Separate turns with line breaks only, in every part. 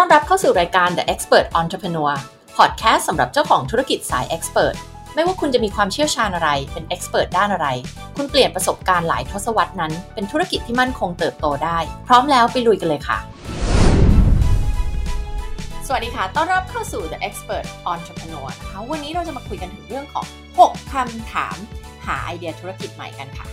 อนรับเข้าสู่รายการ The Expert Entrepreneur Podcast สำหรับเจ้าของธุรกิจสาย Expert ไม่ว่าคุณจะมีความเชี่ยวชาญอะไรเป็น Expert ด้านอะไรคุณเปลี่ยนประสบการณ์หลายทศวรรษนั้นเป็นธุรกิจที่มั่นคงเติบโตได้พร้อมแล้วไปลุยกันเลยค่ะสวัสดีค่ะต้อนรับเข้าสู่ The Expert Entrepreneur นะคะวันนี้เราจะมาคุยกันถึงเรื่องของ6คำถามหาไอเดียธุรกิจใหม่กันค่ะ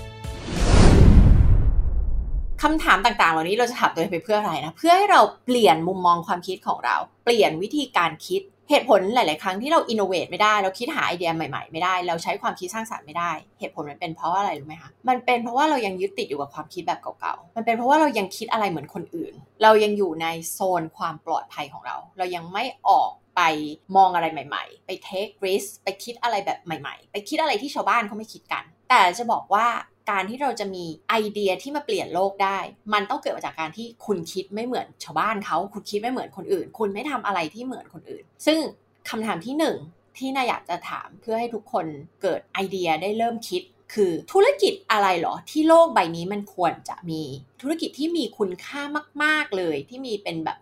คำถามต่างๆเหล่านี้เราจะถามตัวเองไปเพื่ออะไรนะเพื่อให้เราเปลี่ยนมุมมองความคิดของเราเปลี่ยนวิธีการคิดเหตุผลหลายๆครั้งที่เราอินโนเวทไม่ได้เราคิดหาไอเดียใหม่ๆไม่ได้เราใช้ความคิดสร้างสรรค์ไม่ได้เหตุผลมันเป็นเพราะอะไรรู้ไหมคะมันเป็นเพราะว่าเรายังยึดติดอยู่กับความคิดแบบเก่าๆมันเป็นเพราะว่าเรายังคิดอะไรเหมือนคนอื่นเรายังอยู่ในโซนความปลอดภัยของเราเรายังไม่ออกไปมองอะไรใหม่ๆไป take risk ไปคิดอะไรแบบใหม่ๆไปคิดอะไรที่ชาวบ้านเขาไม่คิดกันแต่จะบอกว่าการที่เราจะมีไอเดียที่มาเปลี่ยนโลกได้มันต้องเกิดมาจากการที่คุณคิดไม่เหมือนชาวบ้านเขาคุณคิดไม่เหมือนคนอื่นคุณไม่ทำอะไรที่เหมือนคนอื่นซึ่งคำถามที่1ที่น่าอยากจะถามเพื่อให้ทุกคนเกิดไอเดียได้เริ่มคิดคือธุรกิจอะไรหรอที่โลกใบนี้มันควรจะมีธุรกิจที่มีคุณค่ามากๆเลยที่มีเป็นแบบ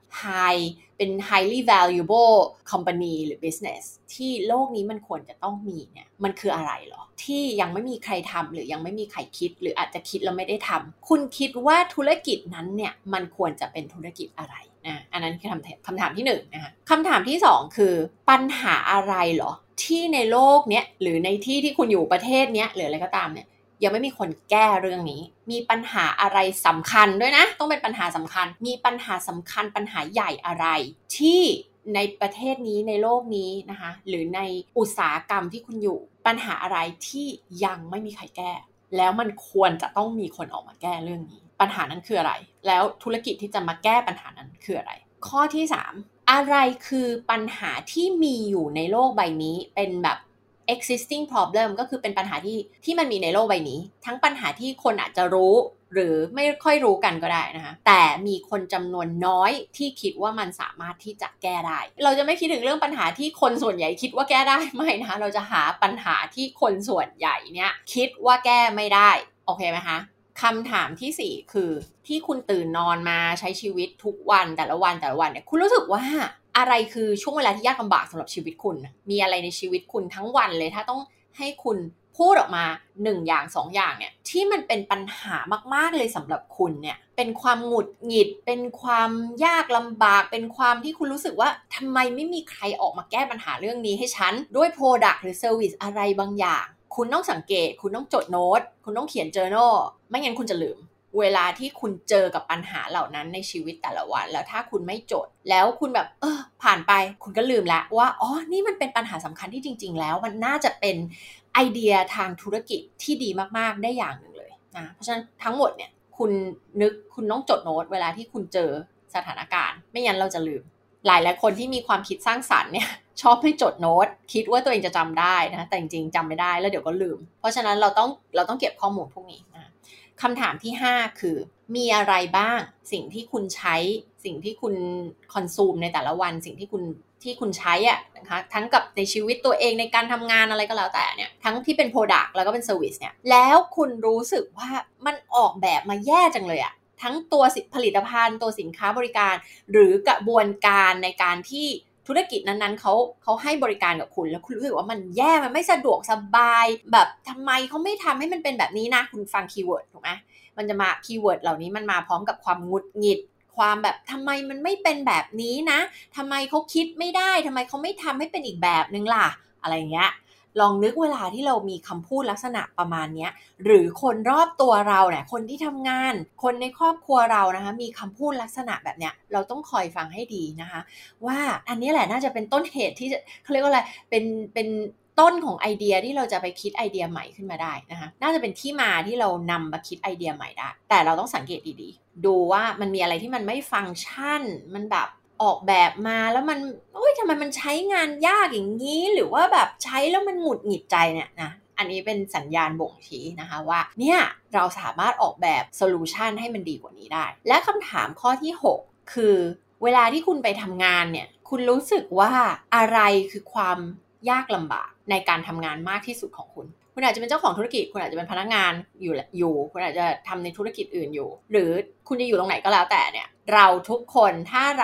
highly valuable company หรือ business ที่โลกนี้มันควรจะต้องมีเนี่ยมันคืออะไรหรอที่ยังไม่มีใครทำหรือยังไม่มีใครคิดหรืออาจจะคิดแล้วไม่ได้ทำคุณคิดว่าธุรกิจนั้นเนี่ยมันควรจะเป็นธุรกิจอะไรอันนั้นคือคำถามที่1นะคะคำถามที่2คือปัญหาอะไรหรอที่ในโลกเนี้ยหรือในที่คุณอยู่ประเทศเนี้ยหรืออะไรก็ตามเนี่ยยังไม่มีคนแก้เรื่องนี้มีปัญหาอะไรสำคัญด้วยนะต้องเป็นปัญหาสำคัญมีปัญหาสำคัญปัญหาใหญ่อะไรที่ในประเทศนี้ในโลกนี้นะคะหรือในอุตสาหกรรมที่คุณอยู่ปัญหาอะไรที่ยังไม่มีใครแก้แล้วมันควรจะต้องมีคนออกมาแก้เรื่องนี้ปัญหานั้นคืออะไรแล้วธุรกิจที่จะมาแก้ปัญหานั้นคืออะไรข้อที่3อะไรคือปัญหาที่มีอยู่ในโลกใบนี้เป็นแบบ existing problem ก็คือเป็นปัญหาที่มันมีในโลกใบนี้ทั้งปัญหาที่คนอาจจะรู้หรือไม่ค่อยรู้กันก็ได้นะคะแต่มีคนจำนวนน้อยที่คิดว่ามันสามารถที่จะแก้ได้เราจะไม่คิดถึงเรื่องปัญหาที่คนส่วนใหญ่คิดว่าแก้ได้ไม่นะคะเราจะหาปัญหาที่คนส่วนใหญ่เนี่ยคิดว่าแก้ไม่ได้โอเคไหมคะคำถามที่4คือที่คุณตื่นนอนมาใช้ชีวิตทุกวันแต่ละวันเนี่ยคุณรู้สึกว่าอะไรคือช่วงเวลาที่ยากลำบากสำหรับชีวิตคุณมีอะไรในชีวิตคุณทั้งวันเลยถ้าต้องให้คุณพูดออกมา1อย่าง2อย่างเนี่ยที่มันเป็นปัญหามากๆเลยสำหรับคุณเนี่ยเป็นความหงุดหงิดเป็นความยากลำบากเป็นความที่คุณรู้สึกว่าทำไมไม่มีใครออกมาแก้ปัญหาเรื่องนี้ให้ฉันด้วย product หรือ service อะไรบางอย่างคุณต้องสังเกตคุณต้องจดโน้ตคุณต้องเขียน journal ไม่งั้นคุณจะลืมเวลาที่คุณเจอกับปัญหาเหล่านั้นในชีวิตแต่ละวันแล้วถ้าคุณไม่จดแล้วคุณแบบผ่านไปคุณก็ลืมแล้วว่านี่มันเป็นปัญหาสำคัญที่จริงๆแล้วมันน่าจะเป็นไอเดียทางธุรกิจที่ดีมากๆได้อย่างหนึ่งเลยนะเพราะฉะนั้นทั้งหมดเนี่ยคุณต้องจดโน้ตเวลาที่คุณเจอสถานการณ์ไม่งั้นเราจะลืมหลายคนที่มีความคิดสร้างสรรค์เนี่ยชอบให้จดโน้ตคิดว่าตัวเองจะจำได้นะแต่จริงๆจำไม่ได้แล้วเดี๋ยวก็ลืมเพราะฉะนั้นเราต้องเก็บข้อมูลพวกนี้นะคำถามที่5คือมีอะไรบ้างสิ่งที่คุณใช้สิ่งที่คุณคอนซูมในแต่ละวันสิ่งที่คุณใช้นะคะทั้งกับในชีวิตตัวเองในการทำงานอะไรก็แล้วแต่เนี่ยทั้งที่เป็น product แล้วก็เป็น service เนี่ยแล้วคุณรู้สึกว่ามันออกแบบมาแย่จังเลยทั้งตัวผลิตภัณฑ์ตัวสินค้าบริการหรือกระบวนการในการที่ธุรกิจนั้นๆเขาให้บริการกับคุณแล้วคุณรู้สึกว่ามันแย่มันไม่สะดวกสบายแบบทำไมเขาไม่ทำให้มันเป็นแบบนี้นะคุณฟังคีย์เวิร์ดถูกไหมมันจะมาคีย์เวิร์ดเหล่านี้มันมาพร้อมกับความหงุดหงิดความแบบทำไมมันไม่เป็นแบบนี้นะทำไมเขาคิดไม่ได้ทำไมเขาไม่ทำให้เป็นอีกแบบนึงล่ะอะไรเงี้ยลองนึกเวลาที่เรามีคำพูดลักษณะประมาณนี้หรือคนรอบตัวเราเนี่ยคนที่ทำงานคนในครอบครัวเรานะคะมีคำพูดลักษณะแบบเนี้ยเราต้องคอยฟังให้ดีนะคะว่าอันนี้แหละน่าจะเป็นต้นเหตุที่เขาเรียกว่าอะไรเป็นต้นของไอเดียที่เราจะไปคิดไอเดียใหม่ขึ้นมาได้นะคะน่าจะเป็นที่มาที่เรานำมาคิดไอเดียใหม่ได้แต่เราต้องสังเกตดีๆดูว่ามันมีอะไรที่มันไม่ฟังก์ชันมันแบบออกแบบมาแล้วมันทำไมมันใช้งานยากอย่างนี้หรือว่าแบบใช้แล้วมันหงุดหงิดใจเนี่ยนะอันนี้เป็นสัญญาณบ่งชี้นะคะว่าเนี่ยเราสามารถออกแบบโซลูชันให้มันดีกว่านี้ได้และคำถามข้อที่6คือเวลาที่คุณไปทำงานเนี่ยคุณรู้สึกว่าอะไรคือความยากลำบากในการทำงานมากที่สุดของคุณอาจจะเป็นเจ้าของธุรกิจคุณอาจจะเป็นพนักงานอยู่คุณอาจจะทำในธุรกิจอื่นอยู่หรือคุณจะอยู่ตรงไหนก็แล้วแต่เนี่ยเราทุกคนถ้าเรา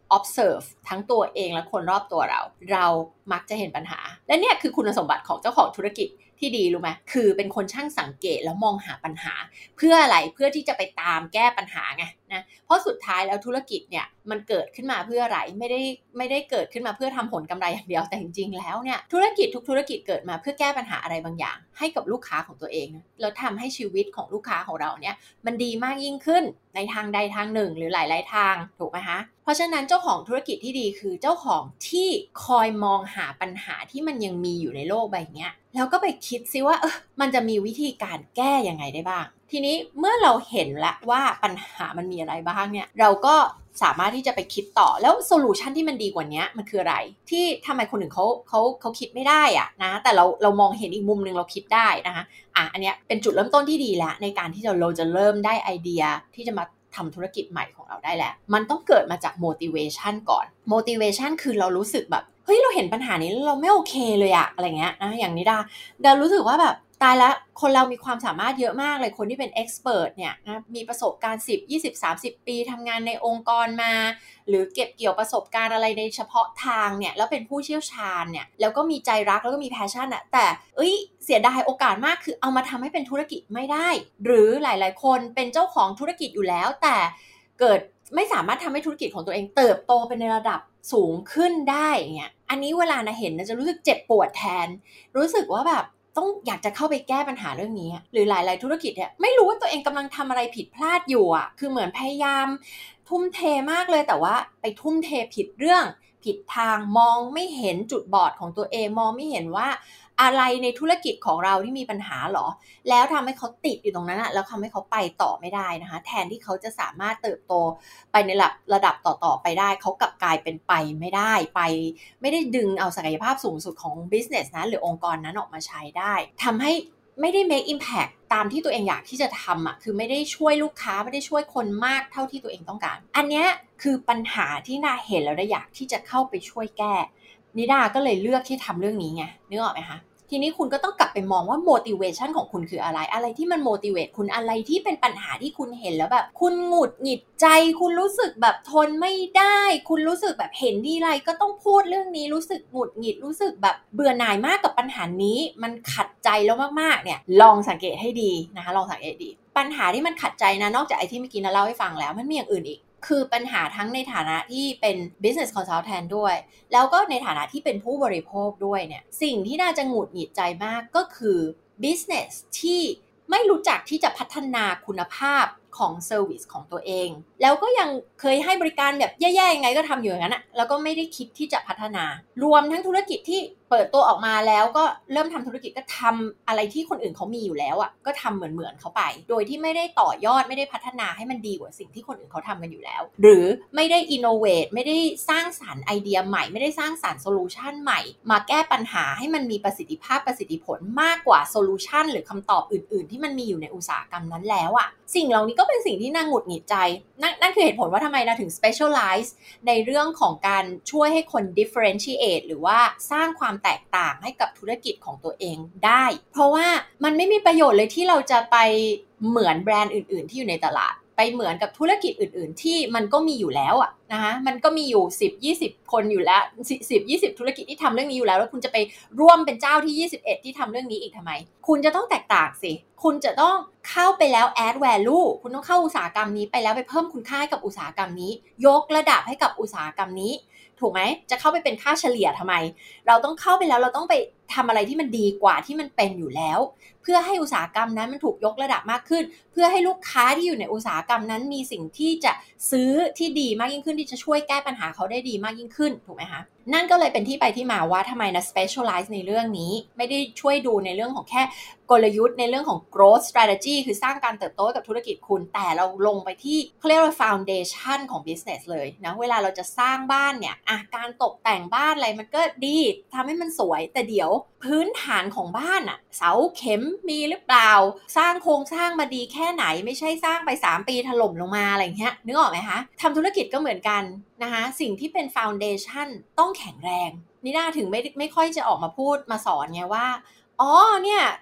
observe ทั้งตัวเองและคนรอบตัวเรามักจะเห็นปัญหาและเนี่ยคือคุณสมบัติของเจ้าของธุรกิจที่ดีรู้ไหมคือเป็นคนช่างสังเกตแล้วมองหาปัญหาเพื่ออะไรเพื่อที่จะไปตามแก้ปัญหาไงนะเพราะสุดท้ายแล้วธุรกิจเนี่ยมันเกิดขึ้นมาเพื่ออะไรไม่ได้เกิดขึ้นมาเพื่อทำผลกำไรอย่างเดียวแต่จริงๆแล้วเนี่ยธุรกิจทุกธุรกิจเกิดมาเพื่อแก้ปัญหาอะไรบางอย่างให้กับลูกค้าของตัวเองแล้วทำให้ชีวิตของลูกค้าของเราเนี่ยมันดีมากยิ่งขึ้นในทางใดทางหนึ่งหรือหลายๆทางถูกไหมคะเพราะฉะนั้นเจ้าของธุรกิจที่ดีคือเจ้าของที่คอยมองหาปัญหาที่มันยังมีอยู่ในโลกใบนี้แล้วก็ไปคิดซิว่ามันจะมีวิธีการแก้ยังไงได้บ้างทีนี้เมื่อเราเห็นแล้วว่าปัญหามันมีอะไรบ้างเนี่ยเราก็สามารถที่จะไปคิดต่อแล้วโซลูชันที่มันดีกว่านี้มันคืออะไรที่ทำไมคนอื่นเขาคิดไม่ได้อะนะแต่เรามองเห็นอีกมุมนึงเราคิดได้นะคะอันเนี้ยเป็นจุดเริ่มต้นที่ดีแล้วในการที่เราจะเริ่มได้ไอเดียที่จะมาทำธุรกิจใหม่ของเราได้แล้วมันต้องเกิดมาจาก motivation ก่อน motivation คือเรารู้สึกแบบเฮ้ยเราเห็นปัญหานี้แล้วเราไม่โอเคเลยอะอะไรเงี้ยนะอย่างนี้ดารู้สึกว่าแบบตายแล้วคนเรามีความสามารถเยอะมากเลยคนที่เป็น expert เนี่ยนะมีประสบการณ์10 20 30 ปีทำงานในองค์กรมาหรือเก็บเกี่ยวประสบการณ์อะไรในเฉพาะทางเนี่ยแล้วเป็นผู้เชี่ยวชาญเนี่ยแล้วก็มีใจรักแล้วก็มี passion อะแต่เสียดายโอกาสมากคือเอามาทำให้เป็นธุรกิจไม่ได้หรือหลายๆคนเป็นเจ้าของธุรกิจอยู่แล้วแต่เกิดไม่สามารถทำให้ธุรกิจของตัวเองเติบโตเป็นในระดับสูงขึ้นได้เงี้ยอันนี้เวลาเห็นจะรู้สึกเจ็บปวดแทนรู้สึกว่าแบบต้องอยากจะเข้าไปแก้ปัญหาเรื่องนี้หรือหลายๆธุรกิจเนี่ยไม่รู้ว่าตัวเองกำลังทำอะไรผิดพลาดอยู่อ่ะคือเหมือนพยายามทุ่มเทมากเลยแต่ว่าไปทุ่มเทผิดเรื่องผิดทางมองไม่เห็นจุดบอดของตัวเองมองไม่เห็นว่าอะไรในธุรกิจของเราที่มีปัญหาหรอแล้วทำให้เขาติดอยู่ตรงนั้นแล้วทำให้เขาไปต่อไม่ได้นะคะแทนที่เขาจะสามารถเติบโตไปในระดับต่อไปได้เขากลับกลายเป็นไปไม่ได้ไปไม่ได้ดึงเอาศักยภาพสูงสุดของ business นั้นหรือองค์กรนั้นออกมาใช้ได้ทำให้ไม่ได้ make impact ตามที่ตัวเองอยากที่จะทำคือไม่ได้ช่วยลูกค้าไม่ได้ช่วยคนมากเท่าที่ตัวเองต้องการอันนี้คือปัญหาที่น่าเห็นแล้วได้อยากที่จะเข้าไปช่วยแก้นิดาก็เลยเลือกที่ทำเรื่องนี้ไงนึกออกไหมคะทีนี้คุณก็ต้องกลับไปมองว่า motivation ของคุณคืออะไรที่มัน motivate คุณอะไรที่เป็นปัญหาที่คุณเห็นแล้วแบบคุณหงุดหงิดใจคุณรู้สึกแบบทนไม่ได้คุณรู้สึกแบบเห็นทีไรก็ต้องพูดเรื่องนี้รู้สึกหงุดหงิดรู้สึกแบบเบื่อหน่ายมากกับปัญหานี้มันขัดใจแล้วมากๆเนี่ยลองสังเกตให้ดีนะคะลองสังเกตดีปัญหาที่มันขัดใจนะนอกจากไอ้ที่เมื่อกี้นะเล่าให้ฟังแล้วมันมีอย่างอื่นอีกคือปัญหาทั้งในฐานะที่เป็น business consultant ด้วยแล้วก็ในฐานะที่เป็นผู้บริโภคด้วยเนี่ยสิ่งที่น่าจะหงุดหงิดใจมากก็คือ business ที่ไม่รู้จักที่จะพัฒนาคุณภาพของเซอร์วิสของตัวเองแล้วก็ยังเคยให้บริการแบบแย่ๆยังไงก็ทำอยู่อย่างนั้นแล้วก็ไม่ได้คิดที่จะพัฒนารวมทั้งธุรกิจที่เปิดตัวออกมาแล้วก็เริ่มทำธุรกิจก็ทำอะไรที่คนอื่นเขามีอยู่แล้วก็ทำเหมือนเขาไปโดยที่ไม่ได้ต่อยอดไม่ได้พัฒนาให้มันดีกว่าสิ่งที่คนอื่นเขาทำกันอยู่แล้วหรือไม่ได้อินโนเวทไม่ได้สร้างสรรค์ไอเดียใหม่ไม่ได้สร้างสรรค์โซลูชันใหม่มาแก้ปัญหาให้มันมีประสิทธิภาพประสิทธิผลมากกว่าโซลูชันหรือคำตอบอื่นๆที่มันมีอยู่ในอุตสาหกรรมนั้นแล้วสิ่งเหล่านี้ก็เป็นสิ่งที่น่าหงุดหงิดใจนั่นคือเหตุผลว่าทำไมเราถึง specialize ในเรื่องของการช่วยให้คน differentiate หรือว่าสร้างความแตกต่างให้กับธุรกิจของตัวเองได้เพราะว่ามันไม่มีประโยชน์เลยที่เราจะไปเหมือนแบรนด์อื่นๆที่อยู่ในตลาดไปเหมือนกับธุรกิจอื่นๆที่มันก็มีอยู่แล้วนะคะมันก็มีอยู่10-20 คนอยู่แล้ว10-20 ธุรกิจที่ทำเรื่องนี้อยู่แล้วแล้วคุณจะไปร่วมเป็นเจ้าที่21ที่ทำเรื่องนี้อีกทำไมคุณจะต้องแตกต่างสิคุณจะต้องเข้าไปแล้ว add value คุณต้องเข้าอุตสาหกรรมนี้ไปแล้วไปเพิ่มคุณค่าให้กับอุตสาหกรรมนี้ยกระดับให้กับอุตสาหกรรมนี้ถูกไหมจะเข้าไปเป็นค่าเฉลี่ยทำไมเราต้องเข้าไปแล้วเราต้องไปทำอะไรที่มันดีกว่าที่มันเป็นอยู่แล้วเพื่อให้อุตสาหกรรมนั้นมันถูกยกระดับมากขึ้นเพื่อให้ลูกค้าที่อยู่ในอุตสาหกรรมนั้นมีสิ่งที่จะซื้อที่ดีมากยิ่งขึ้นที่จะช่วยแก้ปัญหาเขาได้ดีมากยิ่งขึ้นถูกไหมคะนั่นก็เลยเป็นที่ไปที่มาว่าทำไมนะ specialize ในเรื่องนี้ไม่ได้ช่วยดูในเรื่องของแค่กลยุทธ์ในเรื่องของ growth strategy คือสร้างการเติบโตกับธุรกิจคุณแต่เราลงไปที่เขาเรียกว่า foundation ของ business เลยนะเวลาเราจะสร้างบ้านเนี่ยการตกแต่งบ้านอะไรมันก็ดีทำให้มันสวยแต่เดี๋ยวพื้นฐานของบ้านเสาเข็มมีหรือเปล่าสร้างโครงสร้างมาดีแค่ไหนไม่ใช่สร้างไป3 ปีถล่มลงมาอะไรอย่างเงี้ยนึกออกไหมคะทำธุรกิจก็เหมือนกันนะคะสิ่งที่เป็น foundation ต้องแข็งแรงนี่น่าถึงไม่ค่อยจะออกมาพูดมาสอนไงว่าอ๋อเนี่ยอยาก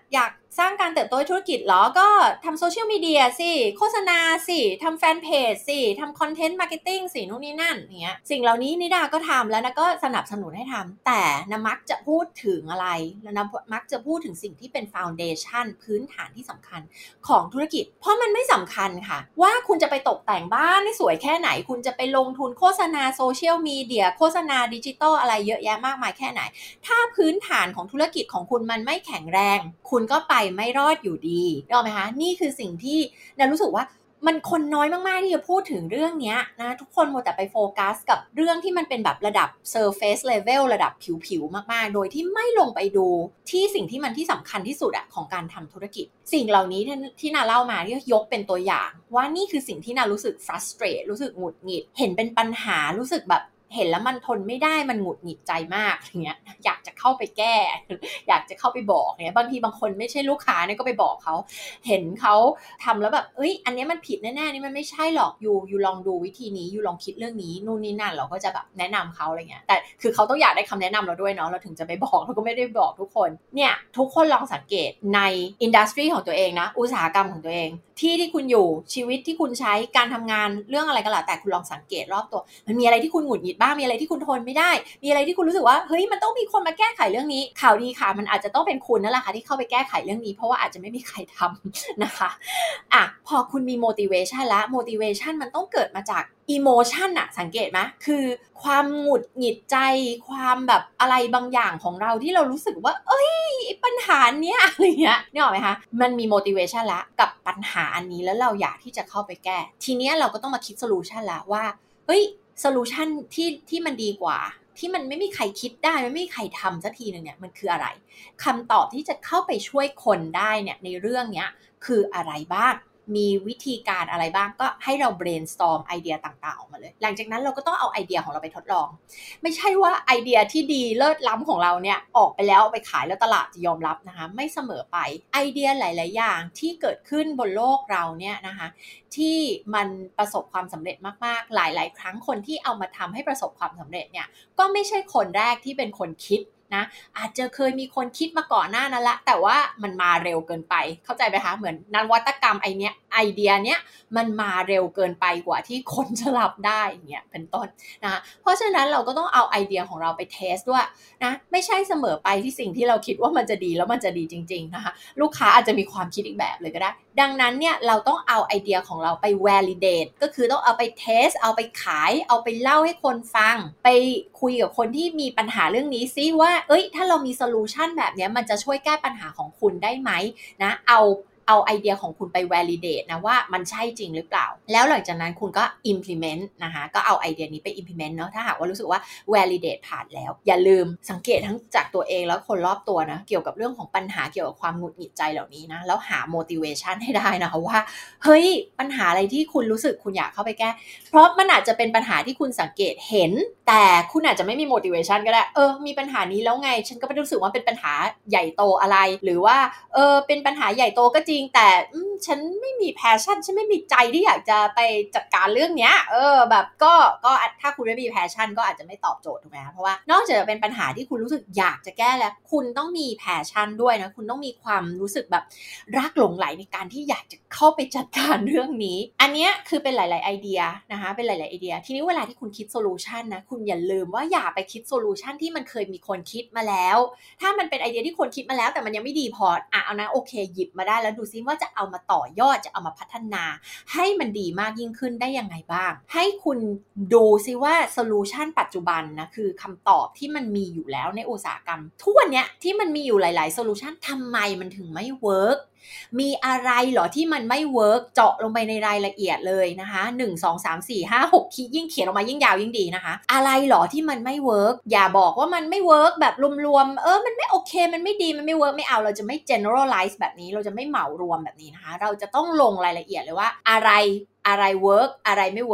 สร้างการเติบโตธุรกิจเหรอก็ทำโซเชียลมีเดียสิโฆษณาสิทำแฟนเพจสิทำคอนเทนต์มาร์เก็ตติ้งสินู่นนี่นั่นอย่างเงี้ยสิ่งเหล่านี้นิดาก็ทำแล้วนะก็สนับสนุนให้ทำแต่นะมักจะพูดถึงอะไรแล้วนะมักจะพูดถึงสิ่งที่เป็นฟาวเดชั่นพื้นฐานที่สำคัญของธุรกิจเพราะมันไม่สำคัญค่ะว่าคุณจะไปตกแต่งบ้านให้สวยแค่ไหนคุณจะไปลงทุนโฆษณาโซเชียลมีเดียโฆษณาดิจิตอลอะไรเยอะแยะมากมายแค่ไหนถ้าพื้นฐานของธุรกิจของคุณมันไม่แข็งแรงคุณก็ไปไม่รอดอยู่ดีได้ไหมคะนี่คือสิ่งที่เรารู้สึกว่ามันคนน้อยมากๆที่จะพูดถึงเรื่องนี้นะทุกคนมัวแต่ไปโฟกัสกับเรื่องที่มันเป็นแบบระดับ surface level ระดับผิวๆมากๆโดยที่ไม่ลงไปดูที่สิ่งที่มันที่สำคัญที่สุดของการทำธุรกิจสิ่งเหล่านี้ที่นาเล่ามาที่ยกเป็นตัวอย่างว่านี่คือสิ่งที่นารู้สึก frustrate รู้สึกหงุดหงิดเห็นเป็นปัญหารู้สึกแบบเห็นแล้วมันทนไม่ได้มันหงุดหงิดใจมากอย่างเงี้ยอยากจะเข้าไปแก้อยากจะเข้าไปบอกเนี่ยบางทีบางคนไม่ใช่ลูกค้าเนี่ยก็ไปบอกเขาเห็นเขาทำแล้วแบบเอ้ยอันนี้มันผิดแน่ๆนี่มันไม่ใช่หรอกอยู่ลองดูวิธีนี้อยู่ลองคิดเรื่องนี้นู่นนี่นั่นเราก็จะแบบแนะนำเขาอะไรเงี้ยแต่คือเขาต้องอยากได้คำแนะนำเราด้วยเนาะเราถึงจะไปบอกเราก็ไม่ได้บอกทุกคนเนี่ยทุกคนลองสังเกตในอินดัสทรีของตัวเองนะอุตสาหกรรมของตัวเองที่คุณอยู่ชีวิตที่คุณใช้การทำงานเรื่องอะไรก็แล้วแต่คุณลองสังเกตรอบตัวมันมีอะไรที่คุณหงุดหงิดบ้างมีอะไรที่คุณทนไม่ได้มีอะไรที่คุณรู้สึกว่าเฮ้ยมันต้องมีคนมาแก้ไขเรื่องนี้ข่าวดีค่ะมันอาจจะต้องเป็นคุณนั่นแหละค่ะที่เข้าไปแก้ไขเรื่องนี้เพราะว่าอาจจะไม่มีใครทำนะคะพอคุณมี motivation แล้ว motivation มันต้องเกิดมาจาก emotion สังเกตไหมคือความหงุดหงิดใจความแบบอะไรบางอย่างของเราที่เรารู้สึกว่าเอ้ยปัญหาเนี้ยอะไรเงี้ยนึกออกไหมคะมันมี motivation แล้วกับปัญหาอันนี้แล้วเราอยากที่จะเข้าไปแก้ทีเนี้ยเราก็ต้องมาคิด solution แล้วว่าเฮ้ยโซลูชันที่มันดีกว่าที่มันไม่มีใครคิดได้ไม่มีใครทำสักทีนึงเนี่ยมันคืออะไรคำตอบที่จะเข้าไปช่วยคนได้เนี่ยในเรื่องเนี้ยคืออะไรบ้างมีวิธีการอะไรบ้างก็ให้เรา brainstorm ไอเดียต่างๆออกมาเลยหลังจากนั้นเราก็ต้องเอาไอเดียของเราไปทดลองไม่ใช่ว่าไอเดียที่ดีเลิศล้ำของเราเนี่ยออกไปแล้วไปขายแล้วตลาดจะยอมรับนะคะไม่เสมอไปไอเดียหลายๆอย่างที่เกิดขึ้นบนโลกเราเนี่ยนะคะที่มันประสบความสำเร็จมากๆหลายๆครั้งคนที่เอามาทำให้ประสบความสำเร็จเนี่ยก็ไม่ใช่คนแรกที่เป็นคนคิดนะอาจจะเคยมีคนคิดมาก่อนหน้านั้นละแต่ว่ามันมาเร็วเกินไปเข้าใจไหมคะเหมือนนวัตกรรมไอเดียเนี้ยมันมาเร็วเกินไปกว่าที่คนจะรับได้อย่างเงี้ยเป็นต้นนะเพราะฉะนั้นเราก็ต้องเอาไอเดียของเราไปเทสด้วยนะไม่ใช่เสมอไปที่สิ่งที่เราคิดว่ามันจะดีแล้วมันจะดีจริงๆนะคะลูกค้าอาจจะมีความคิดอีกแบบเลยก็ได้ดังนั้นเนี่ยเราต้องเอาไอเดียของเราไป validate ก็คือต้องเอาไปเทสเอาไปขายเอาไปเล่าให้คนฟังไปคุยกับคนที่มีปัญหาเรื่องนี้ซิว่าเอ้ยถ้าเรามีโซลูชันแบบนี้มันจะช่วยแก้ปัญหาของคุณได้ไหมนะเอาไอเดียของคุณไป validate นะว่ามันใช่จริงหรือเปล่าแล้วหลังจากนั้นคุณก็ implement นะคะก็เอาไอเดียนี้ไป implement เนาะถ้าหากว่ารู้สึกว่า validate ผ่านแล้วอย่าลืมสังเกตทั้งจากตัวเองแล้วคนรอบตัวนะเกี่ยวกับเรื่องของปัญหาเกี่ยวกับความหงุดหงิดใจเหล่านี้นะแล้วหา motivation ให้ได้นะคะว่าเฮ้ยปัญหาอะไรที่คุณรู้สึกคุณอยากเข้าไปแก้เพราะมันอาจจะเป็นปัญหาที่คุณสังเกตเห็นแต่คุณอาจจะไม่มี motivation ก็ได้มีปัญหานี้แล้วไงฉันก็ไม่รู้สึกว่าเป็นปัญหาใหญ่โตอะไรหรือว่าเป็นปัญหาใหญ่โตก็จริงแต่ฉันไม่มี passion ฉันไม่มีใจที่อยากจะไปจัดการเรื่องเนี้ยแบบก็ถ้าคุณไม่มี passion ก็อาจจะไม่ตอบโจทย์ถูกไหมคะเพราะว่านอกจากจะเป็นปัญหาที่คุณรู้สึกอยากจะแก้แล้วคุณต้องมี passion ด้วยนะคุณต้องมีความรู้สึกแบบรักหลงใหลในการที่อยากจะเข้าไปจัดการเรื่องนี้อันนี้คือเป็นหลายๆไอเดียนะคะเป็นหลายๆไอเดียทีนี้เวลาที่คุณคิดโซลูชันนะคุณอย่าลืมว่าอย่าไปคิดโซลูชันที่มันเคยมีคนคิดมาแล้วถ้ามันเป็นไอเดียที่คนคิดมาแล้วแต่มันยังไม่ดีพอเอานะโอเคหยิบมาได้แล้วดูซิว่าจะเอามาต่อยอดจะเอามาพัฒนาให้มันดีมากยิ่งขึ้นได้ยังไงบ้างให้คุณดูซิว่าโซลูชันปัจจุบันนะคือคำตอบที่มันมีอยู่แล้วในอุตสาหกรรมทุกวันเนี้ยที่มันมีอยู่หลายๆโซลูชันทำไมมันถึงไม่เวิร์กมีอะไรเหรอที่มันไม่เวิร์กเจาะลงไปในรายละเอียดเลยนะคะ1 2 3 4 5 6ที่ยิ่งเขียนออกมายิ่งยาวยิ่งดีนะคะอะไรเหรอที่มันไม่เวิร์กอย่าบอกว่ามันไม่เวิร์กแบบรวมๆมันไม่โอเคมันไม่ดีมันไม่เวิร์กไม่เอาเราจะไม่ generalize แบบนี้เราจะไม่เหมารวมแบบนี้นะคะเราจะต้องลงรายละเอียดเลยว่าอะไรเวิร์กอะไรไม่เวิร์ก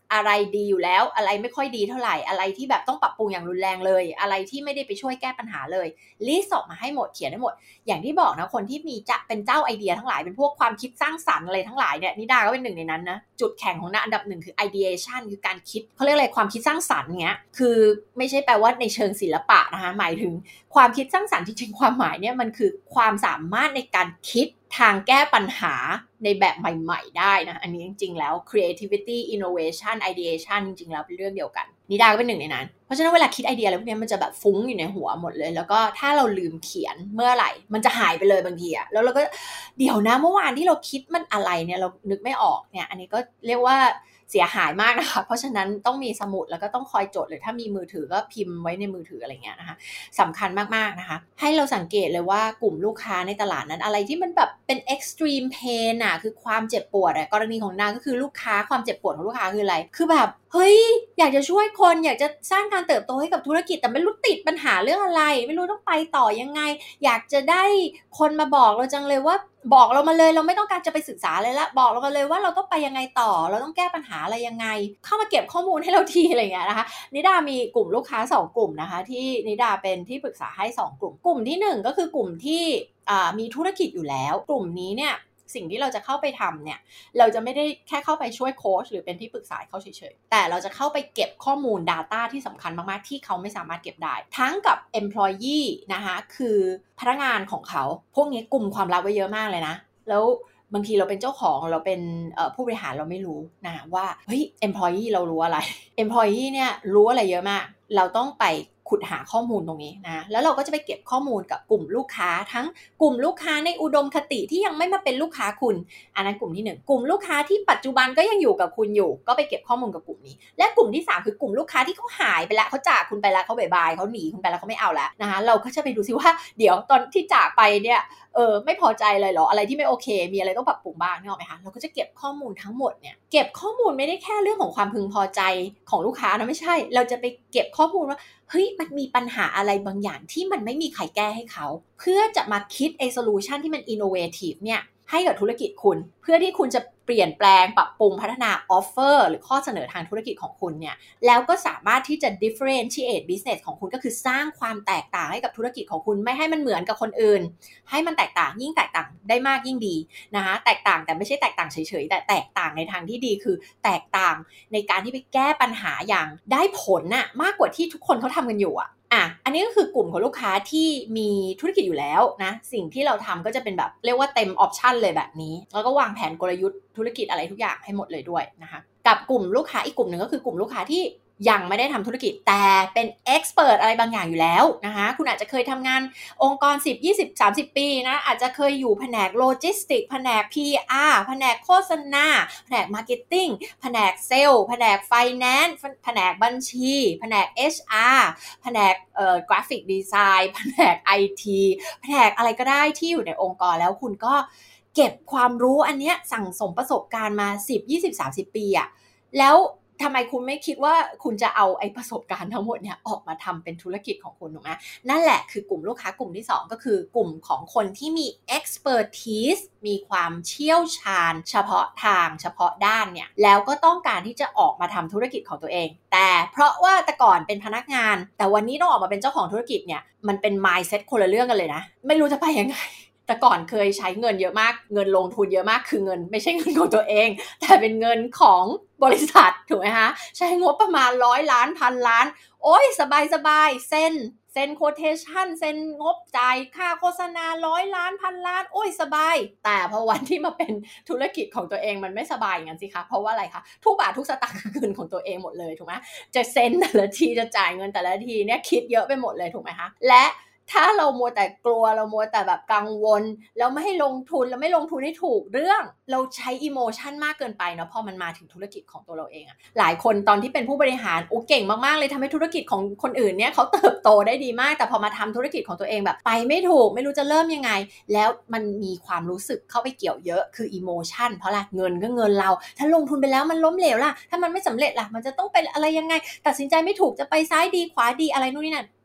อะไรดีอยู่แล้วอะไรไม่ค่อยดีเท่าไหร่อะไรที่แบบต้องปรับปรุงอย่างรุนแรงเลยอะไรที่ไม่ได้ไปช่วยแก้ปัญหาเลยลิสต์ออกมาให้หมดเขียนให้หมดอย่างที่บอกนะคนที่มีจะเป็นเจ้าไอเดียทั้งหลายเป็นพวกความคิดสร้างสรรค์อะไรทั้งหลายเนี่ยนิดาก็เป็นหนึ่งในนั้นนะจุดแข็งของนิดาอันดับหนึ่งคือ ideation คือการคิดเขาเรียกอะไรความคิดสร้างสรรค์เงี้ยคือไม่ใช่แปลว่าในเชิงศิลปะนะคะหมายถึงความคิดสร้างสรรค์จริงๆความหมายเนี่ยมันคือความสามารถในการคิดทางแก้ปัญหาในแบบใหม่ๆได้นะอันนี้จริงๆแล้ว creativity innovation ideation จริงๆแล้วเป็นเรื่องเดียวกันนิดาก็เป็นหนึ่งในนั้นเพราะฉะนั้นเวลาคิดไอเดียอะไรพวกนี้มันจะแบบฟุ้งอยู่ในหัวหมดเลยแล้วก็ถ้าเราลืมเขียนเมื่อไหร่มันจะหายไปเลยบางทีอะแล้วเราก็เดี๋ยวนะเมื่อวานที่เราคิดมันอะไรเนี่ยเรานึกไม่ออกเนี่ยอันนี้ก็เรียกว่าเสียหายมากนะคะเพราะฉะนั้นต้องมีสมุดแล้วก็ต้องคอยจดหรือถ้ามีมือถือก็พิมพ์ไว้ในมือถืออะไรเงี้ยนะคะสำคัญมากๆนะคะให้เราสังเกตเลยว่ากลุ่มลูกค้าในตลาดนั้นอะไรที่มันแบบเป็น extreme pain อะคือความเจ็บปวดอะกรณีของนางก็คือลูกค้าความเจ็บปวดของลูกค้าคืออะไรคือแบบเฮ้ยอยากจะช่วยคนอยากจะสร้างการเติบโตให้กับธุรกิจแต่ไม่รู้ติดปัญหาเรื่องอะไรไม่รู้ต้องไปต่อยังไงอยากจะได้คนมาบอกเราจังเลยว่าบอกเรามาเลยเราไม่ต้องการจะไปศึกษาเลยละบอกเรามาเลยว่าเราต้องไปยังไงต่อเราต้องแก้ปัญหาอะไรยังไงเข้ามาเก็บข้อมูลให้เราทีอะไรอย่างเงี้ยนะคะนิดามีกลุ่มลูกค้า2กลุ่มนะคะที่นิดาเป็นที่ปรึกษาให้2กลุ่มที่1ก็คือกลุ่มที่มีธุรกิจอยู่แล้วกลุ่มนี้เนี่ยสิ่งที่เราจะเข้าไปทำเนี่ยเราจะไม่ได้แค่เข้าไปช่วยโค้ชหรือเป็นที่ปรึกษาเขาเฉยๆแต่เราจะเข้าไปเก็บข้อมูล Data ที่สำคัญมากๆที่เขาไม่สามารถเก็บได้ทั้งกับ employee นะคะคือพนักงานของเขาพวกนี้กลุ่มความลับไว้เยอะมากเลยนะแล้วบางทีเราเป็นเจ้าของเราเป็นผู้บริหารเราไม่รู้นะว่าเฮ้ย employee เรารู้อะไร employee เนี่ยรู้อะไรเยอะมากเราต้องไปขุดหาข้อมูลตรงนี้นะแล้วเราก็จะไปเก็บข้อมูลกับกลุ่มลูกค้าทั้งกลุ่มลูกค้าในอุดมคติที่ยังไม่มาเป็นลูกค้าคุณอันนั้นกลุ่มที่1กลุ่มลูกค้าที่ปัจจุบันก็ยังอยู่กับคุณอยู่ก็ไปเก็บข้อมูลกับกลุ่มนี้และกลุ่มที่3คือกลุ่มลูกค้าที่เขาหายไปแล้วเขาจากคุณไปแล้วเขาบายเขาหนีคุณไปแล้วเขาไม่เอาแล้วนะคะเราก็จะไปดูซิว่าเดี๋ยวตอนที่จากไปเนี่ยไม่พอใจเลยเหรออะไรที่ไม่โอเคมีอะไรต้องปรับปรุงบ้างนึกออกไหมคะเราก็จะเก็บข้อมูลทั้งหมดเนี่ยเก็บข้อมูลไม่ได้แค่เรื่องของความพึงพอใจของลูกค้านะไม่ใช่เราจะไปเก็บข้อมูลว่าเฮ้ยมันมีปัญหาอะไรบางอย่างที่มันไม่มีใครแก้ให้เขาเพื่อจะมาคิดโซลูชันที่มันอินโนเวทีฟเนี่ยให้กับธุรกิจคุณเพื่อที่คุณจะเปลี่ยนแปลงปรับปรุงพัฒนาออฟเฟอร์หรือข้อเสนอทางธุรกิจของคุณเนี่ยแล้วก็สามารถที่จะ differentiate business ของคุณก็คือสร้างความแตกต่างให้กับธุรกิจของคุณไม่ให้มันเหมือนกับคนอื่นให้มันแตกต่างยิ่งแตกต่างได้มากยิ่งดีนะคะแตกต่างแต่ไม่ใช่แตกต่างเฉยๆแต่แตกต่างในทางที่ดีคือแตกต่างในการที่ไปแก้ปัญหาอย่างได้ผลน่ะมากกว่าที่ทุกคนเขาทำกันอยู่อันนี้ก็คือกลุ่มของลูกค้าที่มีธุรกิจอยู่แล้วนะสิ่งที่เราทำก็จะเป็นแบบเรียกว่าเต็มออปชันเลยแบบนี้แล้วก็วางแผนกลยุทธ์ธุรกิจอะไรทุกอย่างให้หมดเลยด้วยนะคะกับกลุ่มลูกค้าอีกกลุ่มหนึ่งก็คือกลุ่มลูกค้าที่ยังไม่ได้ทำธุรกิจแต่เป็นเอ็กซ์เพิร์ทอะไรบางอย่างอยู่แล้วนะคะคุณอาจจะเคยทำงานองค์กร10 20 30 ปีนะอาจจะเคยอยู่แผนกโลจิสติกแผนก PR แผนกโฆษณาแผนกมาร์เก็ตติ้งแผนกเซลล์แผนกไฟแนนซ์แผนกบัญชีแผนก HR แผนกกราฟิกดีไซน์แผนก IT แผนกอะไรก็ได้ที่อยู่ในองค์กรแล้วคุณก็เก็บความรู้อันเนี้ยสั่งสมประสบการณ์มา10 20 30 ปีแล้วทำไมคุณไม่คิดว่าคุณจะเอาไอ้ประสบการณ์ทั้งหมดเนี่ยออกมาทำเป็นธุรกิจของคุณถูกไหมนั่นแหละคือกลุ่มลูกค้ากลุ่มที่2ก็คือกลุ่มของคนที่มี expertise มีความเชี่ยวชาญเฉพาะทางเฉพาะด้านเนี่ยแล้วก็ต้องการที่จะออกมาทำธุรกิจของตัวเองแต่เพราะว่าแต่ก่อนเป็นพนักงานแต่วันนี้ต้องออกมาเป็นเจ้าของธุรกิจเนี่ยมันเป็น mindset คนละเรื่องกันเลยนะไม่รู้จะไปยังไงแต่ก่อนเคยใช้เงินเยอะมากเงินลงทุนเยอะมากคือเงินไม่ใช่เงินของตัวเองแต่เป็นเงินของบริษัทถูกไหมคะใช้งบประมาณ100 ล้านพันล้านโอ้ยสบายเซ็นโควเทชั่นเซ็นงบจ่ายค่าโฆษณา100 ล้านพันล้านโอ้ยสบายแต่พอวันที่มาเป็นธุรกิจของตัวเองมันไม่สบายอย่างนั้นสิคะเพราะว่าอะไรคะทุกบาททุกสตางค์คือเงินของตัวเองหมดเลยถูกไหมจะเซ็นแต่ละทีจะจ่ายเงินแต่ละทีเนี่ยคิดเยอะไปหมดเลยถูกไหมคะและถ้าเรามัวแต่กลัวเรามัวแต่แบบกังวลแล้วไม่ให้ลงทุนแล้วไม่ลงทุนให้ถูกเรื่องเราใช้อิโมชันมากเกินไปเนาะพอมันมาถึงธุรกิจของตัวเราเองหลายคนตอนที่เป็นผู้บริหารเก่งมากๆเลยทำให้ธุรกิจของคนอื่นเนี่ยเขาเติบโตได้ดีมากแต่พอมาทำธุรกิจของตัวเองแบบไปไม่ถูกไม่รู้จะเริ่มยังไงแล้วมันมีความรู้สึกเข้าไปเกี่ยวเยอะคืออิโมชันเพราะอะไรเงินก็เงินเราถ้าลงทุนไปแล้วมันล้มเหลวล่ะถ้ามันไม่สำเร็จล่ะมันจะต้องเป็นอะไรยังไงตัดสินใจไม่ถูกจะไปซ้ายดีขวาดีอะไรนู่นนี่นั่น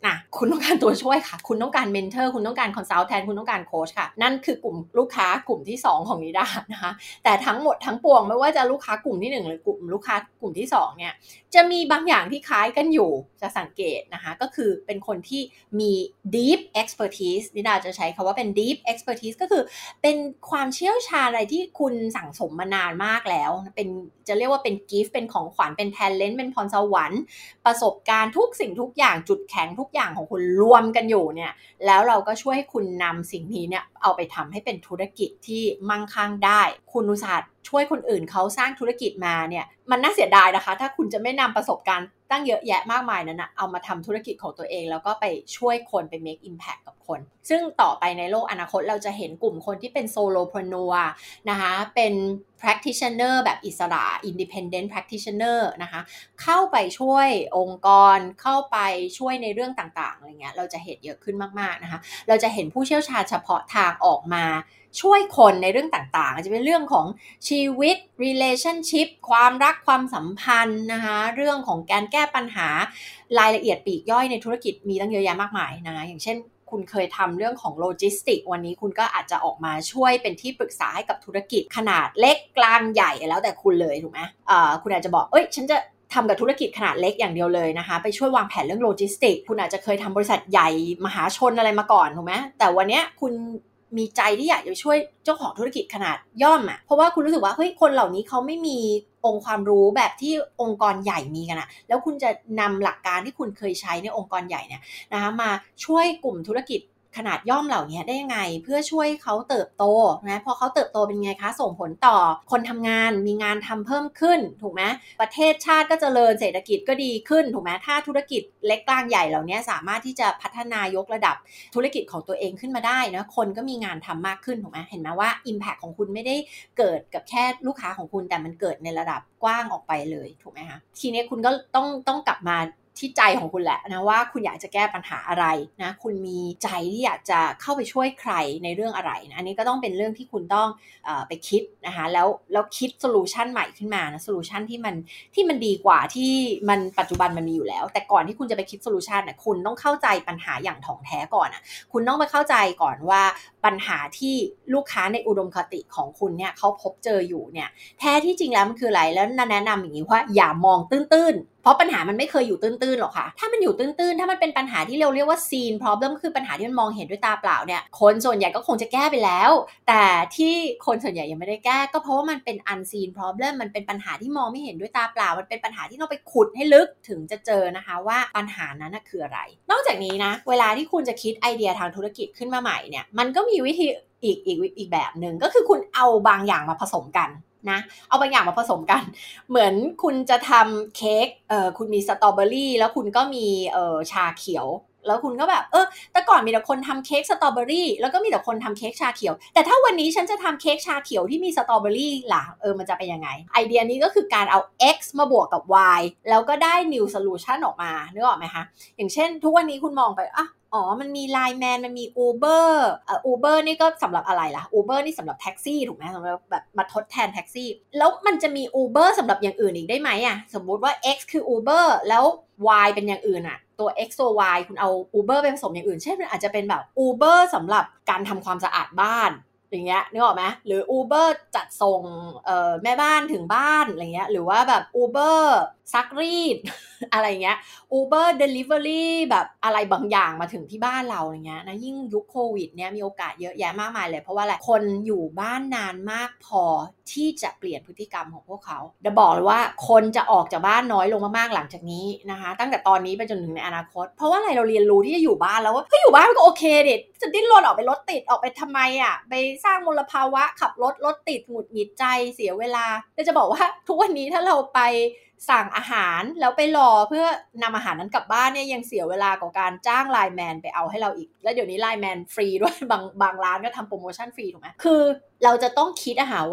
คุณต้องการตัวช่วยค่ะคุณต้องการเมนเทอร์คุณต้องการคอนซัลแทนคุณต้องการโค้ชค่ะนั่นคือกลุ่มลูกค้ากลุ่มที่2ของนิดานะคะแต่ทั้งหมดทั้งปวงไม่ว่าจะลูกค้ากลุ่มที่1หรือกลุ่มลูกค้ากลุ่มที่2เนี่ยจะมีบางอย่างที่คล้ายกันอยู่จะสังเกตนะคะก็คือเป็นคนที่มี deep expertise นิดาจะใช้คำว่าเป็น deep expertise ก็คือเป็นความเชี่ยวชาญอะไรที่คุณสั่งสมมานานมากแล้วเป็นจะเรียกว่าเป็น gift เป็นของขวัญเป็น talent เป็นพรสวรรค์ประสบการณ์ทุกสิ่งทุกอย่างจุดแข็งทุกอย่างของคุณรวมกันอยู่เนี่ยแล้วเราก็ช่วยให้คุณนำสิ่งนี้เนี่ยเอาไปทำให้เป็นธุรกิจที่มั่งคั่งได้คุณอุตส่าห์ช่วยคนอื่นเขาสร้างธุรกิจมาเนี่ยมันน่าเสียดายนะคะถ้าคุณจะไม่นำประสบการณ์ตั้งเยอะแยะมากมายนั้นนะเอามาทำธุรกิจของตัวเองแล้วก็ไปช่วยคนไป make impact กับคนซึ่งต่อไปในโลกอนาคตเราจะเห็นกลุ่มคนที่เป็น solopreneur นะคะเป็น practitioner แบบอิสระ independent practitioner นะคะเข้าไปช่วยองค์กรเข้าไปช่วยในเรื่องต่างๆอะไรเงี้ยเราจะเห็นเยอะขึ้นมากๆนะคะเราจะเห็นผู้เชี่ยวชาญเฉพาะทางออกมาช่วยคนในเรื่องต่างๆจะเป็นเรื่องของชีวิต relationship ความรักความสัมพันธ์นะคะเรื่องของการแก้ปัญหารายละเอียดปลีกย่อยในธุรกิจมีตั้งเยอะแยะมากมายนะคะอย่างเช่นคุณเคยทำเรื่องของโลจิสติกวันนี้คุณก็อาจจะออกมาช่วยเป็นที่ปรึกษาให้กับธุรกิจขนาดเล็กกลางใหญ่แล้วแต่คุณเลยถูกไหมคุณอาจจะบอกฉันจะทำกับธุรกิจขนาดเล็กอย่างเดียวเลยนะคะไปช่วยวางแผนเรื่องโลจิสติกคุณอาจจะเคยทำบริษัทใหญ่มหาชนอะไรมาก่อนถูกไหมแต่วันนี้คุณมีใจที่อยากจะช่วยเจ้าของธุรกิจขนาดย่อมเพราะว่าคุณรู้สึกว่าคนเหล่านี้เขาไม่มีองค์ความรู้แบบที่องค์กรใหญ่มีกันแล้วคุณจะนำหลักการที่คุณเคยใช้ในองค์กรใหญ่เนี่ยนะคะมาช่วยกลุ่มธุรกิจขนาดย่อมเหล่านี้ได้ยังไงเพื่อช่วยเขาเติบโตนะพอเขาเติบโตเป็นไงคะส่งผลต่อคนทำงานมีงานทำเพิ่มขึ้นถูกไหมประเทศชาติก็เจริญเศรษฐกิจก็ดีขึ้นถูกไหมถ้าธุรกิจเล็กกลางใหญ่เหล่านี้สามารถที่จะพัฒนายกระดับธุรกิจของตัวเองขึ้นมาได้นะคนก็มีงานทำมากขึ้นถูกไหมเห็นไหมว่า impact ของคุณไม่ได้เกิดกับแค่ลูกค้าของคุณแต่มันเกิดในระดับกว้างออกไปเลยถูกไหมคะทีนี้คุณก็ต้องกลับมาที่ใจของคุณแหละนะว่าคุณอยากจะแก้ปัญหาอะไรนะคุณมีใจที่อยากจะเข้าไปช่วยใครในเรื่องอะไรนะอันนี้ก็ต้องเป็นเรื่องที่คุณต้องไปคิดนะคะแล้วคิดโซลูชันใหม่ขึ้นมานะโซลูชันที่มันดีกว่าที่มันปัจจุบันมันมีอยู่แล้วแต่ก่อนที่คุณจะไปคิดโซลูชันนะคุณต้องเข้าใจปัญหาอย่างถ่องแท้ก่อนคุณต้องไปเข้าใจก่อนว่าปัญหาที่ลูกค้าในอุดมคติของคุณเนี่ยเขาพบเจออยู่เนี่ยแท้ที่จริงแล้วมันคืออะไรแล้วแนะนำอย่างนี้ว่าอย่ามองตื้นเพราะปัญหามันไม่เคยอยู่ตื้นๆหรอกค่ะถ้ามันอยู่ตื้นๆถ้ามันเป็นปัญหาที่เราเรียกว่า seen problem คือปัญหาที่มันมองเห็นด้วยตาเปล่าเนี่ยคนส่วนใหญ่ก็คงจะแก้ไปแล้วแต่ที่คนส่วนใหญ่ยังไม่ได้แก้ก็เพราะว่ามันเป็น unseen problem มันเป็นปัญหาที่มองไม่เห็นด้วยตาเปล่ามันเป็นปัญหาที่เราไปขุดให้ลึกถึงจะเจอนะคะว่าปัญหานั้นคืออะไรนอกจากนี้นะเวลาที่คุณจะคิดไอเดียทางธุรกิจขึ้นมาใหม่เนี่ยมันก็มีวิธีอีกแบบหนึ่งก็คือคุณเอาบางอย่างมาผสมกันนะเอาบางอย่างมาผสมกันเหมือนคุณจะทำเค้กคุณมีสตรอเบอรี่แล้วคุณก็มีชาเขียวแล้วคุณก็แบบแต่ก่อนมีแต่คนทำเค้กสตรอเบอรี่แล้วก็มีแต่คนทำเค้กชาเขียวแต่ถ้าวันนี้ฉันจะทำเค้กชาเขียวที่มีสตรอเบอรี่ล่ะมันจะเป็นยังไงไอเดียนี้ก็คือการเอา x มาบวกกับ y แล้วก็ได้ new solution ออกมานึกออกไหมคะอย่างเช่นทุกวันนี้คุณมองไปมันมี Line Man มันมี Uber Uber นี่ก็สำหรับอะไรล่ะ Uber นี่สำหรับแท็กซี่ถูกไหมสำหรับแบบมาทดแทนแท็กซี่แล้วมันจะมี Uber สำหรับอย่างอื่นอีกได้ไหมสมมุติว่า X คือ Uber แล้ว Y เป็นอย่างอื่นตัว X ตัว Y คุณเอา Uber ไปผสมอย่างอื่นเช่นมันอาจจะเป็นแบบ Uber สำหรับการทำความสะอาดบ้านอย่างเงี้ยนึกออกไหมหรือ Uber จัดส่งแม่บ้านถึงบ้านอะไรเงี้ยหรือว่าแบบ Uber ซักรีด อะไรเงี้ย Uber Delivery แบบอะไรบางอย่างมาถึงที่บ้านเราอย่างเงี้ยนะยิ่งยุคโควิดเนี่ยมีโอกาสเยอะแยะมากมายเลยเพราะว่าอะไรคนอยู่บ้านนานมากพอที่จะเปลี่ยนพฤติกรรมของพวกเขาจะบอกเลยว่าคนจะออกจากบ้านน้อยลงมากๆหลังจากนี้นะคะตั้งแต่ตอนนี้ไปจนถึงในอนาคตเพราะว่าอะไรเราเรียนรู้ที่จะอยู่บ้านแล้วว่าอยู่บ้านมันก็โอเคเด็ดจะดิ้นรนออกไปรถติดออกไปทำไมไปสร้างมลภาวะขับรถติดหงุดหงิดใจเสียเวลาจะบอกว่าทุกวันนี้ถ้าเราไปสั่งอาหารแล้วไปรอเพื่อนำอาหารนั้นกลับบ้านเนี่ยยังเสียเวลากว่าการจ้างไลน์แมนไปเอาให้เราอีกแล้วเดี๋ยวนี้ไลน์แมนฟรีด้วยบางร้านก็ทำโปรโมชั่นฟรีถูกไหมคือเราจะต้องคิดว่า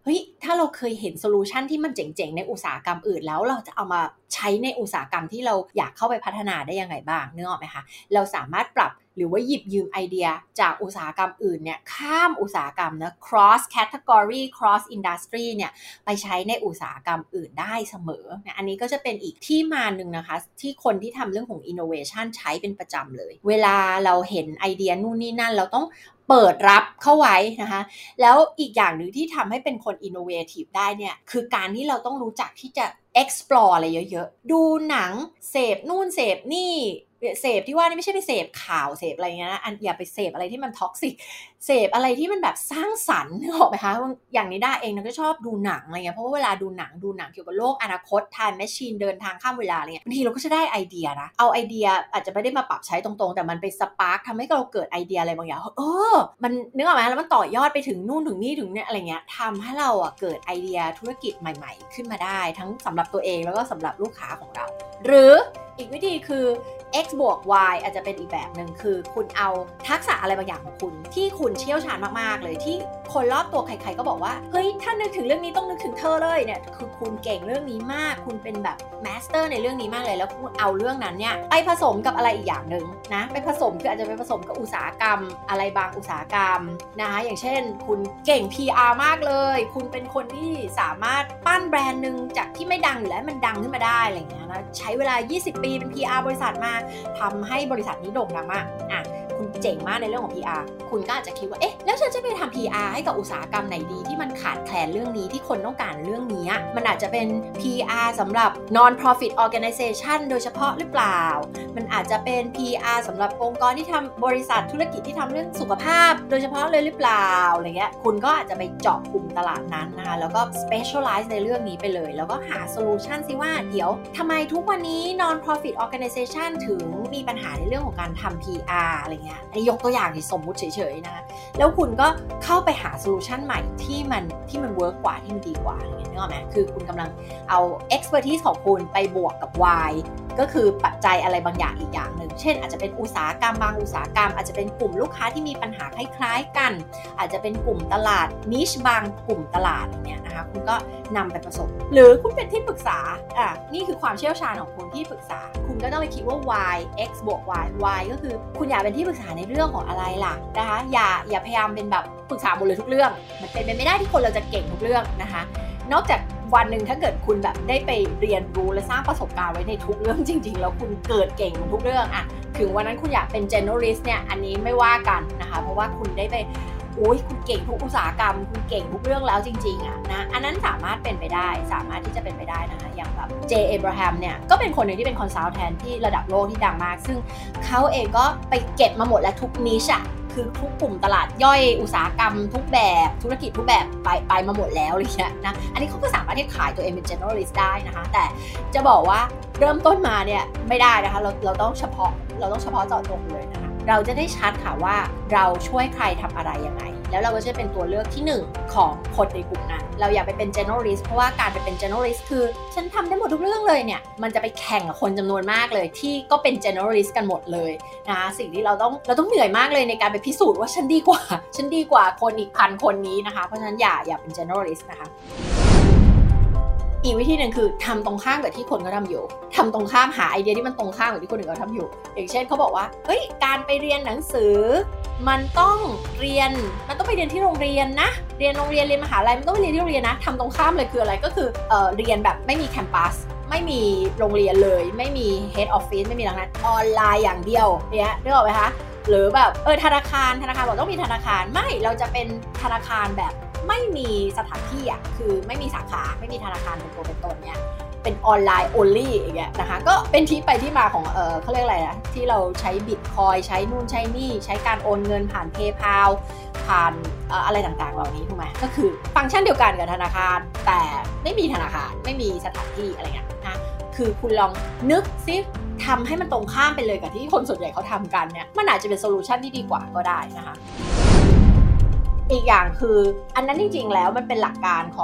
เฮ้ยถ้าเราเคยเห็นโซลูชันที่มันเจ๋งๆในอุตสาหกรรมอื่นแล้วเราจะเอามาใช้ในอุตสาหกรรมที่เราอยากเข้าไปพัฒนาได้ยังไงบ้างนึกออกไหมคะเราสามารถปรับหรือว่าหยิบยืมไอเดียจากอุตสาหกรรมอื่นเนี่ยข้ามอุตสาหกรรมนะ cross category cross industry เนี่ยไปใช้ในอุตสาหกรรมอื่นได้เสมอนะอันนี้ก็จะเป็นอีกที่มาหนึ่งนะคะที่คนที่ทำเรื่องของ innovation ใช้เป็นประจำเลยเวลาเราเห็นไอเดียนู่นนี่นั่นเราต้องเปิดรับเข้าไว้นะคะแล้วอีกอย่างหนึ่งที่ทำให้เป็นคน innovative ได้เนี่ยคือการที่เราต้องรู้จักที่จะ explore อะไรเยอะๆดูหนังเสพนู่นเสพนี่เสพที่ว่านี่ไม่ใช่ไปเสพข่าวเสพอะไรเงี้ยนะอย่าไปเสพอะไรที่มันท็อกซิกเสพอะไรที่มันแบบสร้างสรรค์นึกออกไหมคะอย่างนี้ได้เองนะก็ชอบดูหนังอะไรเงี้ยเพราะว่าเวลาดูหนังเกี่ยวกับโลกอนาคต time machine เดินทางข้ามเวลาอะไรเงี้ยบางทีเราก็จะได้ไอเดียนะเอาไอเดียอาจจะไม่ได้มาปรับใช้ตรงๆแต่มันไปสปาร์คทำให้เราเกิดไอเดียอะไรบางอย่างมันนึกออกไหมแล้วมันต่อยอดไปถึงนู่นถึงนี่ถึงเนี่ยอะไรเงี้ยทำให้เราเกิดไอเดียธุรกิจใหม่ๆขึ้นมาได้ทั้งสำหรับตัวเองแล้วก็สำหรับลูกค้าของเราหรืออีกวิธีคือ x บวก y อาจจะเป็นอีกแบบหนึ่งคือคุณเอาทักษะอะไรบางอย่างของคุณที่คุณเชี่ยวชาญมากๆเลยที่คนรอบตัวใครๆก็บอกว่าเฮ้ยถ้านึกถึงเรื่องนี้ต้องนึกถึงเธอเลยเนี่ยคือคุณเก่งเรื่องนี้มากคุณเป็นแบบมาสเตอร์ในเรื่องนี้มากเลยแล้วคุณเอาเรื่องนั้นเนี่ยไปผสมกับอะไรอีกอย่างหนึ่งนะไปผสมคืออาจจะไปผสมกับอุตสาหกรรมอะไรบางอุตสาหกรรมนะคะอย่างเช่นคุณเก่ง PR มากเลยคุณเป็นคนที่สามารถปั้นแบรนด์นึงจากที่ไม่ดังอยู่แล้วมันดังขึ้นมาได้อะไรอย่างเงี้ยนะใช้เวลา20 ปีเป็น PR บริษัทมาทำให้บริษัทนี้โด่งดังมากคุณเจ๋งมากในเรื่องของ PR คุณก็อาจจะคิดว่าเอ๊ะแล้วฉันจะไปทำ PR ให้กับอุตสาหกรรมไหนดีที่มันขาดแคลนเรื่องนี้ที่คนต้องการเรื่องนี้มันอาจจะเป็น PR สำหรับ non-profit organization โดยเฉพาะหรือเปล่ามันอาจจะเป็น PR สำหรับองค์กรที่ทำบริษัทธุรกิจที่ทำเรื่องสุขภาพโดยเฉพาะเลยหรือเปล่าอะไรเงี้ยคุณก็อาจจะไปเจาะกลุ่มตลาดนั้นนะคะแล้วก็ specialize ในเรื่องนี้ไปเลยแล้วก็หา solution ซิว่าเดี๋ยวทำไมทุกวันนี้ non-profit organization ถึงมีปัญหาในเรื่องของการทำ PR อะไรเงี้ยอันนี้ยกตัวอย่างที่สมมุติเฉยๆนะแล้วคุณก็เข้าไปหาโซลูชันใหม่ที่มันเวิร์กกว่าที่มันดีกว่าอะไรเงี้ยนึกออกไหมคือคุณกำลังเอา expertise ของคุณไปบวกกับ Y ก็คือปัจจัยอะไรบางอย่างอีกอย่างหนึ่งเช่นอาจจะเป็นอุตสาหกรรมบางอุตสาหกรรมอาจจะเป็นกลุ่มลูกค้าที่มีปัญหาคล้ายๆกันอาจจะเป็นกลุ่มตลาด niche บางกลุ่มตลาดเนี่ยนะคะคุณก็นำไปผสมหรือคุณเป็นที่ปรึกษานี่คือความเชี่ยวชาญของคุณที่ปรึกษาคุณก็ต้องไปคิดว่า y x บวก y ก็คือคุณอยากเป็นที่ปรึกษาในเรื่องของอะไรล่ะนะคะอย่าพยายามเป็นแบบปรึกษาหมดเลยทุกเรื่องมันเป็นไปไม่ได้ที่คนเราจะเก่งทุกเรื่องนะคะนอกจากวันหนึ่งถ้าเกิดคุณแบบได้ไปเรียนรู้และสร้างประสบการณ์ไว้ในทุกเรื่องจริงๆแล้วคุณเกิดเก่งทุกเรื่องถึงวันนั้นคุณอยากเป็น generalist เนี่ยอันนี้ไม่ว่ากันนะคะเพราะว่าคุณได้ไปคุณเก่งทุกอุตสาหกรรมคุณเก่งทุกเรื่องแล้วจริงๆนะอันนั้นสามารถเป็นไปได้สามารถที่จะเป็นไปได้นะคะอย่างแบบเจ เอเบราฮัมเนี่ยก็เป็นคนหนึ่งที่เป็นคอนซัลแทนที่ระดับโลกที่ดังมากซึ่งเขาเองก็ไปเก็บมาหมดแล้วทุกนิชคือทุกกลุ่มตลาดย่อยอุตสาหกรรมทุกแบบธุรกิจทุกแบบไปมาหมดแล้วเลยนะอันนี้เขาก็สามารถที่ขายตัวเองเป็น generalist ได้นะคะแต่จะบอกว่าเริ่มต้นมาเนี่ยไม่ได้นะคะเราต้องเฉพาะเจาะจงเลยนะคะเราจะได้ชัดค่ะว่าเราช่วยใครทำอะไรยังไงแล้วเราก็จะเป็นตัวเลือกที่1ของคนในกลุ่มนั้นเราอย่าไปเป็น generalist เพราะว่าการไปเป็น generalist คือฉันทำได้หมดทุกเรื่องเลยเนี่ยมันจะไปแข่งกับคนจำนวนมากเลยที่ก็เป็น generalist กันหมดเลยนะสิ่งที่เราต้องเหนื่อยมากเลยในการไปพิสูจน์ว่าฉันดีกว่าคนอีก1,000 คนนี้นะคะเพราะฉะนั้นอย่าเป็น generalist นะคะอีกวิธีหนึ่งคือทำตรงข้ามกับที่คนเขาทำอยู่ทำตรงข้ามหาไอเดียที่มันตรงข้ามกับที่คนอื่นเขาทำอยู่อย่างเช่นเขาบอกว่าเฮ้ยการไปเรียนหนังสือมันต้องไปเรียนที่โรงเรียนนะเรียนโรงเรียนเรียนมหาลัยมันต้องไปเรียนที่โรงเรียนนะทำตรงข้ามเลยคืออะไรก็คือเรียนแบบไม่มีแคมปัสไม่มีโรงเรียนเลยไม่มี head office ไม่มีทั้งนั้นออนไลน์อย่างเดียวเนี่ยนึกออกไหมคะหรือแบบธนาคารบอกต้องมีธนาคารไม่เราจะเป็นธนาคารแบบไม่มีสถานที่คือไม่มีสาขาไม่มีธนาคารเป็นตัวเป็นตนเนี่ยเป็นออนไลน์ only อย่างเงี้ยนะคะก็เป็นที่ไปที่มาของเขาเรียกอะไรนะที่เราใช้บิตคอยใช้นู่นใช้นี่ใช้การโอนเงินผ่าน PayPal ผ่านอะไรต่างๆเหล่านี้ถูกไหมก็คือฟังก์ชันเดียวกันกับธนาคารแต่ไม่มีธนาคารไม่มีสถานที่อะไรเงี้ยนะคือคุณลองนึกซิทำให้มันตรงข้ามไปเลยกับที่คนส่วนใหญ่เขาทำกันเนี่ยมันอาจจะเป็นโซลูชันที่ดีกว่าก็ได้นะคะอีกอย่างคืออันนั้นจริงๆแล้วมันเป็นหลักการของ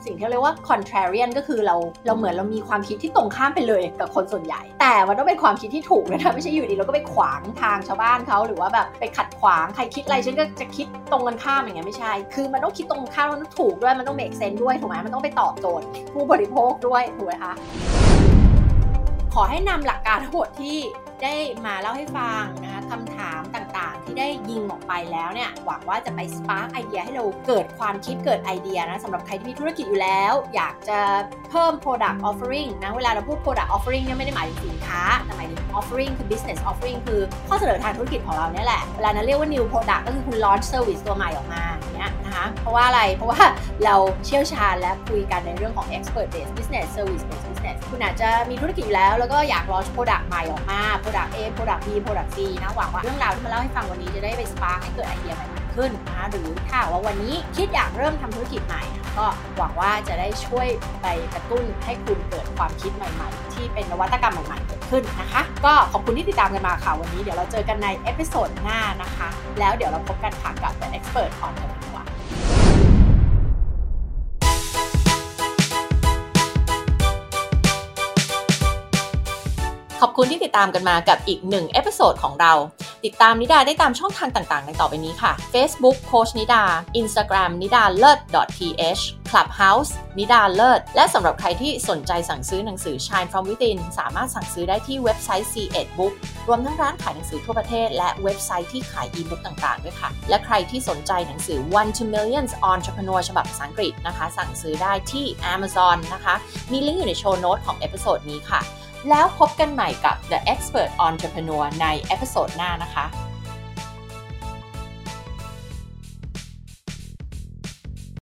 สิ่งที่เรียกว่า contrarian ก็คือเราเหมือนเรามีความคิดที่ตรงข้ามไปเลยกับคนส่วนใหญ่แต่มันต้องเป็นความคิดที่ถูกนะไม่ใช่อยู่ดีเราก็ไปขวางทางชาวบ้านเขาหรือว่าแบบไปขัดขวางใครคิดอะไรฉันก็จะคิดตรงกันข้ามอย่างเงี้ยไม่ใช่คือมันต้องคิดตรงข้ามมันต้องถูกด้วยมันต้อง make sense ด้วยถูกไหมมันต้องไปตอบโจทย์ผู้บริโภคด้วยถูกไหมคะขอให้นำหลักการทั้งหมดที่ได้มาเล่าให้ฟังนะคะคำถามต่างๆที่ได้ยิงออกไปแล้วเนี่ยหวังว่าจะไปสปาร์คไอเดียให้เราเกิดความคิดเกิดไอเดียนะสำหรับใครที่มีธุรกิจอยู่แล้วอยากจะเพิ่ม product offering นะเวลาเราพูด product offering เนี่ยไม่ได้หมายถึงสินค้าแต่หมายถึง offering คือ business offering คือข้อเสนอทางธุรกิจของเราเนี่ยแหละเวลานั้นเรียกว่า new product ก็คือคุณ launch service ตัวใหม่ออกมาอย่างเงี้ยนะคะเพราะว่าอะไรเพราะว่าเราเชี่ยวชาญและคุยกันในเรื่องของ expert based business service based business คุณอาจจะมีธุรกิจอยู่แล้วก็อยาก launch product ใหม่ออกมา product A product B product C นะหวังว่าเรื่องราวที่มาเล่าให้ฟังวันนี้จะได้ไปสปาร์คให้เกิดไอเดียใหม่ๆขึ้นนะหรือถ้าว่าวันนี้คิดอยากเริ่มทำธุรกิจใหม่ก็หวังว่าจะได้ช่วยไปกระตุ้นให้คุณเกิดความคิดใหม่ๆที่เป็นนวัตกรรมใหม่ๆเกิดขึ้นนะคะก็ขอบคุณที่ติดตามกันมาค่ะวันนี้เดี๋ยวเราเจอกันในเอพิโซดหน้านะคะแล้วเดี๋ยวเราพบกันค่ะกับ The Expert Entrepreneurขอบคุณที่ติดตามกันมากับอีก1เอพิโซดของเราติดตามนิดาได้ตามช่องทางต่างๆในต่อไปนี้ค่ะ Facebook โค้ชนิดา Instagram nidalearn.th Clubhouse นิดาเลิศและสำหรับใครที่สนใจสั่งซื้อหนังสือ Shine from Within สามารถสั่งซื้อได้ที่เว็บไซต์ C8 Book รวมทั้งร้านขายหนังสือทั่วประเทศและเว็บไซต์ที่ขายอีบุ๊กต่างๆด้วยค่ะและใครที่สนใจหนังสือ One to Millions Entrepreneur ฉบับภาษาอังกฤษนะคะสั่งซื้อได้ที่ Amazon นะคะมีลิงก์อยู่ในโชว์โน้ตของเอพิโซดนี้ค่ะแล้วพบกันใหม่กับ The Expert Entrepreneur ในเอพิโซดหน้านะคะ